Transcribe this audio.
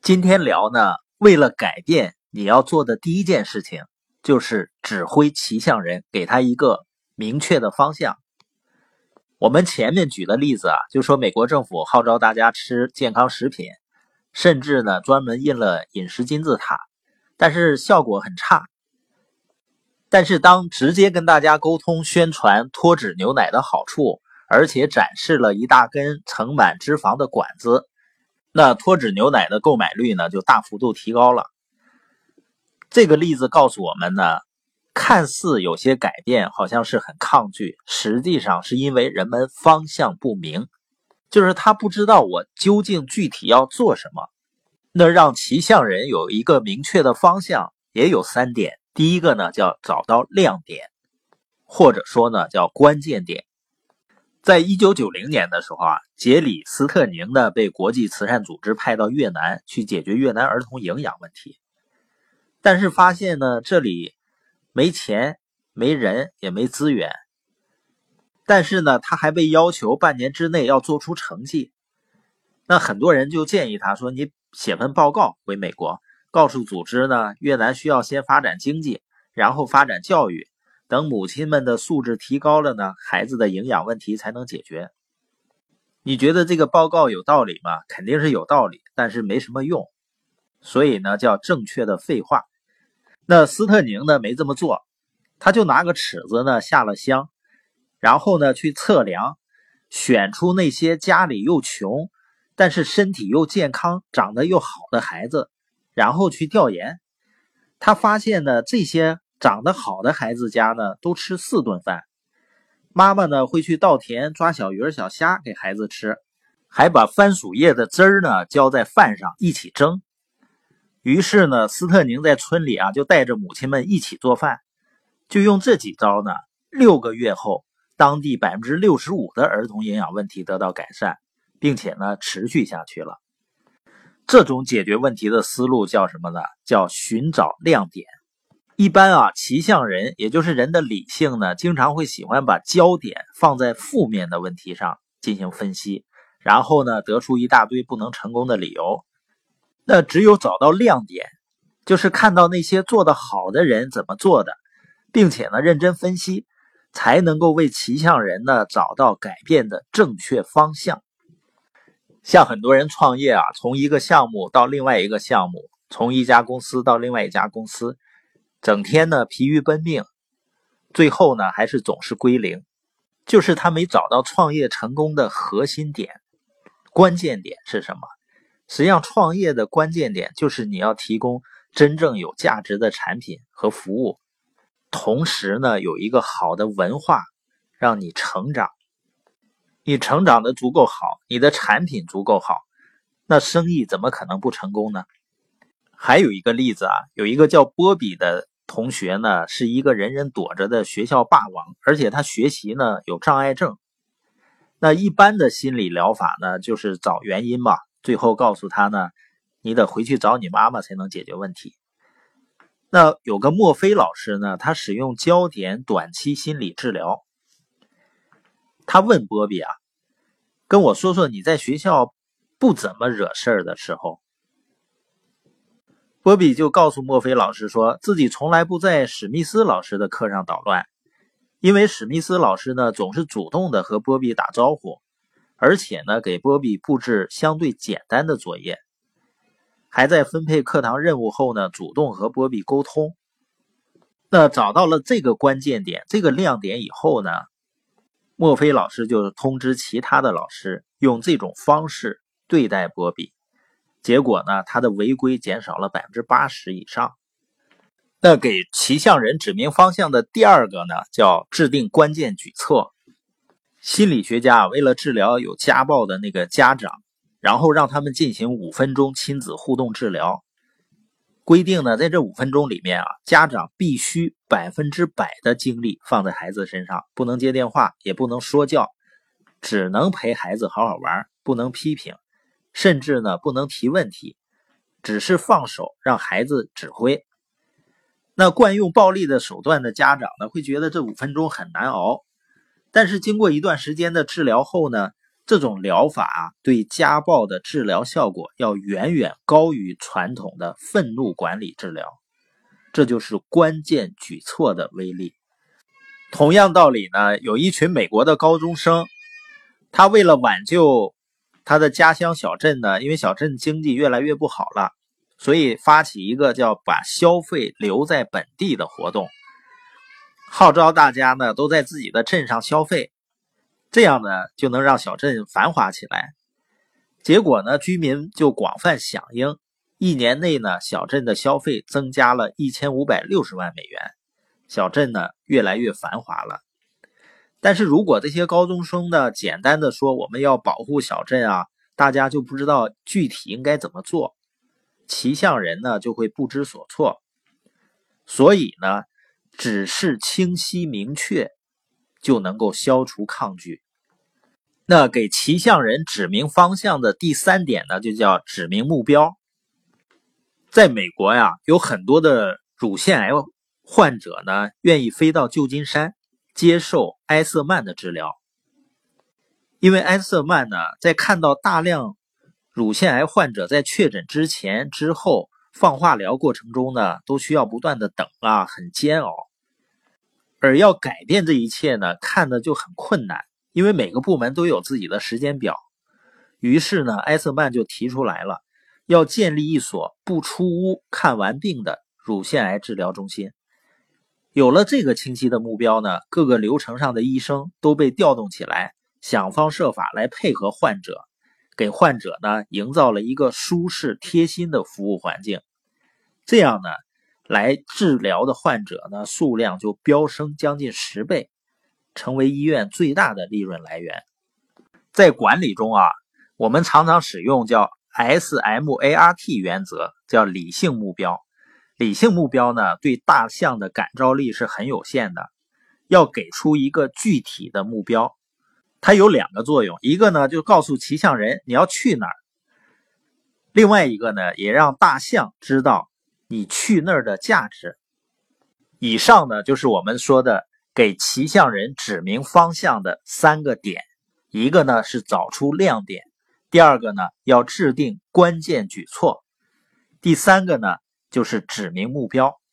今天聊呢，为了改变，你要做的第一件事情就是指挥骑象人，给他一个明确的方向。我们前面举的例子啊，就说美国政府号召大家吃健康食品，甚至呢专门印了饮食金字塔，但是效果很差。但是当直接跟大家沟通宣传脱脂牛奶的好处，而且展示了一大根盛满脂肪的管子，那脱脂牛奶的购买率呢就大幅度提高了。这个例子告诉我们呢，看似有些改变好像是很抗拒，实际上是因为人们方向不明，就是他不知道我究竟具体要做什么。那让骑象人有一个明确的方向也有3点。第一个呢叫找到亮点，或者说呢叫关键点。在1990年的时候啊，杰里斯特宁呢被国际慈善组织派到越南去解决越南儿童营养问题，但是发现呢这里没钱没人也没资源，但是呢他还被要求半年之内要做出成绩。那很多人就建议他说，你写份报告回美国，告诉组织呢越南需要先发展经济，然后发展教育，等母亲们的素质提高了呢，孩子的营养问题才能解决。你觉得这个报告有道理吗？肯定是有道理，但是没什么用，所以呢叫正确的废话。那斯特宁呢没这么做，他就拿个尺子呢下了乡，然后呢去测量，选出那些家里又穷但是身体又健康长得又好的孩子，然后去调研。他发现呢这些长得好的孩子家呢都吃4顿饭，妈妈呢会去稻田抓小鱼小虾给孩子吃，还把番薯叶的汁儿呢浇在饭上一起蒸。于是呢斯特宁在村里啊就带着母亲们一起做饭，就用这几招呢，6个月后当地 65% 的儿童营养问题得到改善，并且呢持续下去了。这种解决问题的思路叫什么呢？叫寻找亮点。一般啊，骑象人也就是人的理性呢，经常会喜欢把焦点放在负面的问题上进行分析，然后呢得出一大堆不能成功的理由。那只有找到亮点，就是看到那些做得好的人怎么做的，并且呢认真分析，才能够为骑象人呢找到改变的正确方向。像很多人创业啊，从一个项目到另外一个项目，从一家公司到另外一家公司，整天呢疲于奔命，最后呢还是总是归零，就是他没找到创业成功的核心点。关键点是什么？实际上创业的关键点就是你要提供真正有价值的产品和服务，同时呢有一个好的文化让你成长。你成长的足够好，你的产品足够好，那生意怎么可能不成功呢？还有一个例子啊，有一个叫波比的同学呢，是一个人人躲着的学校霸王，而且他学习呢有障碍症。那一般的心理疗法呢，就是找原因嘛，最后告诉他呢，你得回去找你妈妈才能解决问题。那有个墨菲老师呢，他使用焦点短期心理治疗。他问波比啊，跟我说说你在学校不怎么惹事儿的时候。波比就告诉墨菲老师说，自己从来不在史密斯老师的课上捣乱，因为史密斯老师呢总是主动的和波比打招呼，而且呢给波比布置相对简单的作业，还在分配课堂任务后呢主动和波比沟通。那找到了这个关键点，这个亮点以后呢，墨菲老师就通知其他的老师用这种方式对待波比，结果呢他的违规减少了 80% 以上。那给骑象人指明方向的第2个呢叫制定关键举措。心理学家为了治疗有家暴的那个家长，然后让他们进行5分钟亲子互动治疗，规定呢在这5分钟里面啊，家长必须100%的精力放在孩子身上，不能接电话，也不能说教，只能陪孩子好好玩，不能批评，甚至呢不能提问题，只是放手让孩子指挥。那惯用暴力的手段的家长呢会觉得这5分钟很难熬，但是经过一段时间的治疗后呢， 这种疗法对家暴的治疗效果要远远高于传统的愤怒管理治疗，这就是关键举措的威力。同样道理呢，有一群美国的高中生，他为了挽救他的家乡小镇呢，因为小镇经济越来越不好了，所以发起一个叫把消费留在本地的活动，号召大家呢都在自己的镇上消费，这样呢就能让小镇繁华起来。结果呢，居民就广泛响应，一年内呢，小镇的消费增加了1560万美元，小镇呢越来越繁华了。但是如果这些高中生呢简单的说我们要保护小镇大家就不知道具体应该怎么做，骑象人呢就会不知所措。所以呢，指示清晰明确就能够消除抗拒。那给骑象人指明方向的第3点呢，就叫指明目标。在美国有很多的乳腺癌患者呢愿意飞到旧金山接受埃瑟曼的治疗，因为埃瑟曼呢在看到大量乳腺癌患者在确诊之前之后放化疗过程中呢都需要不断的等很煎熬，而要改变这一切呢看的就很困难，因为每个部门都有自己的时间表。于是呢，埃瑟曼就提出来了，要建立一所不出屋看完病的乳腺癌治疗中心。有了这个清晰的目标呢，各个流程上的医生都被调动起来，想方设法来配合患者，给患者呢营造了一个舒适贴心的服务环境。这样呢，来治疗的患者呢数量就飙升将近10倍，成为医院最大的利润来源。在管理中我们常常使用叫 SMART 原则，叫理性目标。理性目标呢，对大象的感召力是很有限的，要给出一个具体的目标。它有2个作用，一个呢就告诉骑象人你要去哪儿，另外一个呢也让大象知道你去那儿的价值。以上呢就是我们说的给骑象人指明方向的3个点，一个呢是找出亮点，第2个呢要制定关键举措，第3个呢就是指明目标。